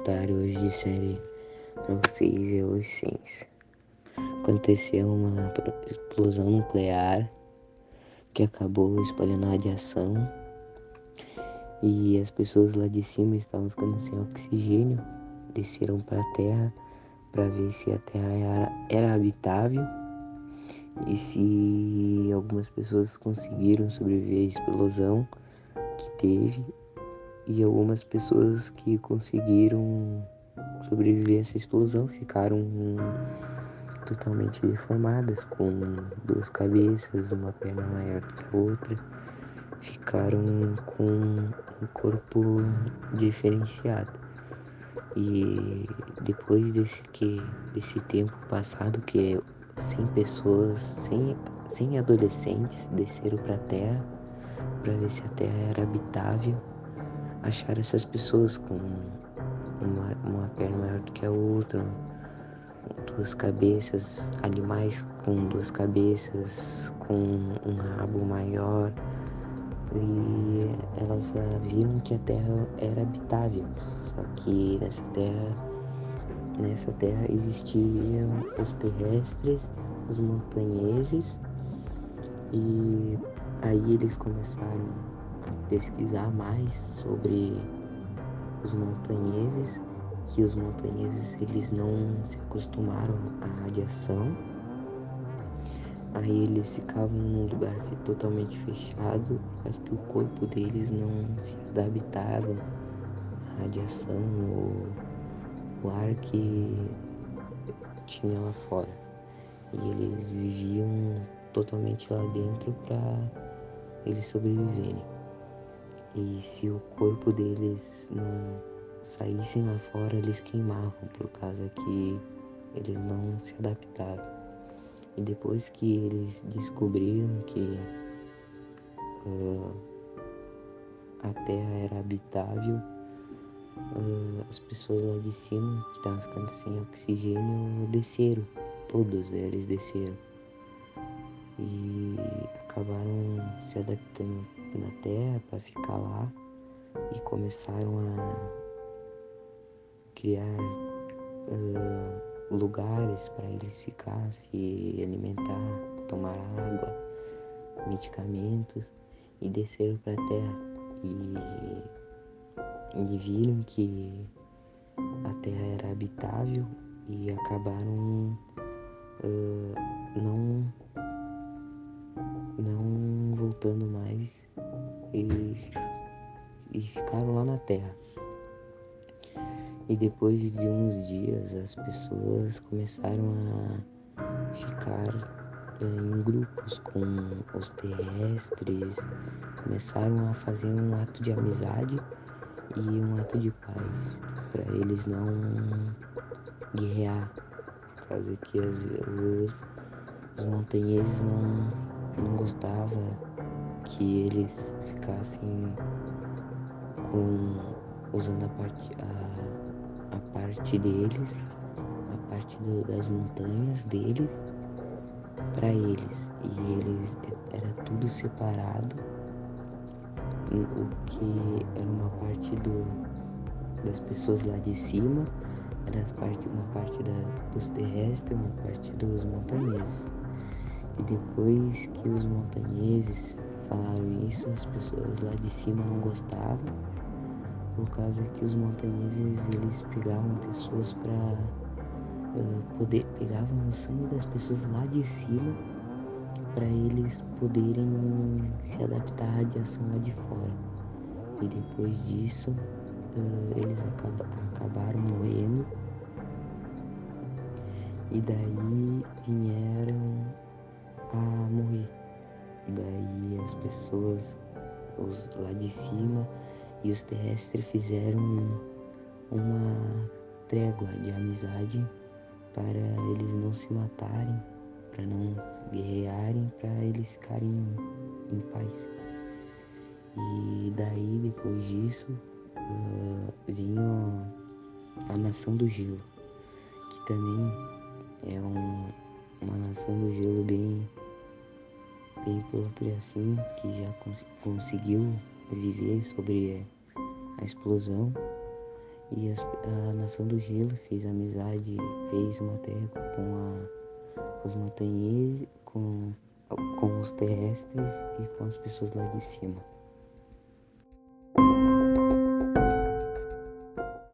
documentário hoje de série pra vocês é Os Sims. Aconteceu uma explosão nuclear que acabou espalhando radiação e as pessoas lá de cima estavam ficando sem oxigênio, desceram para a Terra para ver se a Terra era habitável e se algumas pessoas conseguiram sobreviver à explosão que teve e algumas pessoas que conseguiram sobreviver a essa explosão ficaram totalmente deformadas, com duas cabeças, uma perna maior do que a outra, ficaram com um corpo diferenciado. E depois desse tempo passado, que 100 pessoas, 100 adolescentes desceram para a Terra para ver se a Terra era habitável, acharam essas pessoas com uma perna maior do que a outra, duas cabeças, animais com duas cabeças, com um rabo maior, e elas viram que a Terra era habitável, só que nessa terra existiam os terrestres, os montanheses, e aí eles começaram a pesquisar mais sobre os montanheses, que os montanheses eles não se acostumaram à radiação, aí eles ficavam num lugar totalmente fechado, por causa que o corpo deles não se adaptava à radiação ou o ar que tinha lá fora, e eles viviam totalmente lá dentro para eles sobreviverem. E se o corpo deles não saíssem lá fora, eles queimavam por causa que eles não se adaptavam. E depois que eles descobriram que a Terra era habitável, as pessoas lá de cima que estavam ficando sem oxigênio desceram, todos eles desceram e acabaram se adaptando na Terra para ficar lá e começaram a criar lugares para eles ficar, se alimentar, tomar água, medicamentos, e desceram para a Terra e viram que a Terra era habitável e acabaram não voltando mais e ficaram lá na Terra. E depois de uns dias as pessoas começaram a ficar em grupos com os terrestres, começaram a fazer um ato de amizade e um ato de paz, para eles não guerrear, por causa que os montanheses não gostavam que eles ficassem usando a parte deles, a parte das montanhas deles para eles, e eles era tudo separado, o que era uma parte das pessoas lá de cima, era uma parte dos terrestres, uma parte dos montanheses. E depois que os montanheses falaram isso, as pessoas lá de cima não gostavam, por causa que os montanheses eles pegavam pessoas para pegavam o sangue das pessoas lá de cima para eles poderem se adaptar à radiação lá de fora. E depois disso eles acabaram morrendo, e daí vieram a morrer. E daí as pessoas, os lá de cima e os terrestres fizeram uma trégua de amizade para eles não se matarem, para não guerrearem, para eles ficarem em paz. E daí depois disso vinha a Nação do Gelo, que também é uma nação do gelo bem própria assim, que já conseguiu viver sobre a explosão, E a Nação do Gelo fez amizade, fez uma trégua com os montanheses, com os terrestres e com as pessoas lá de cima.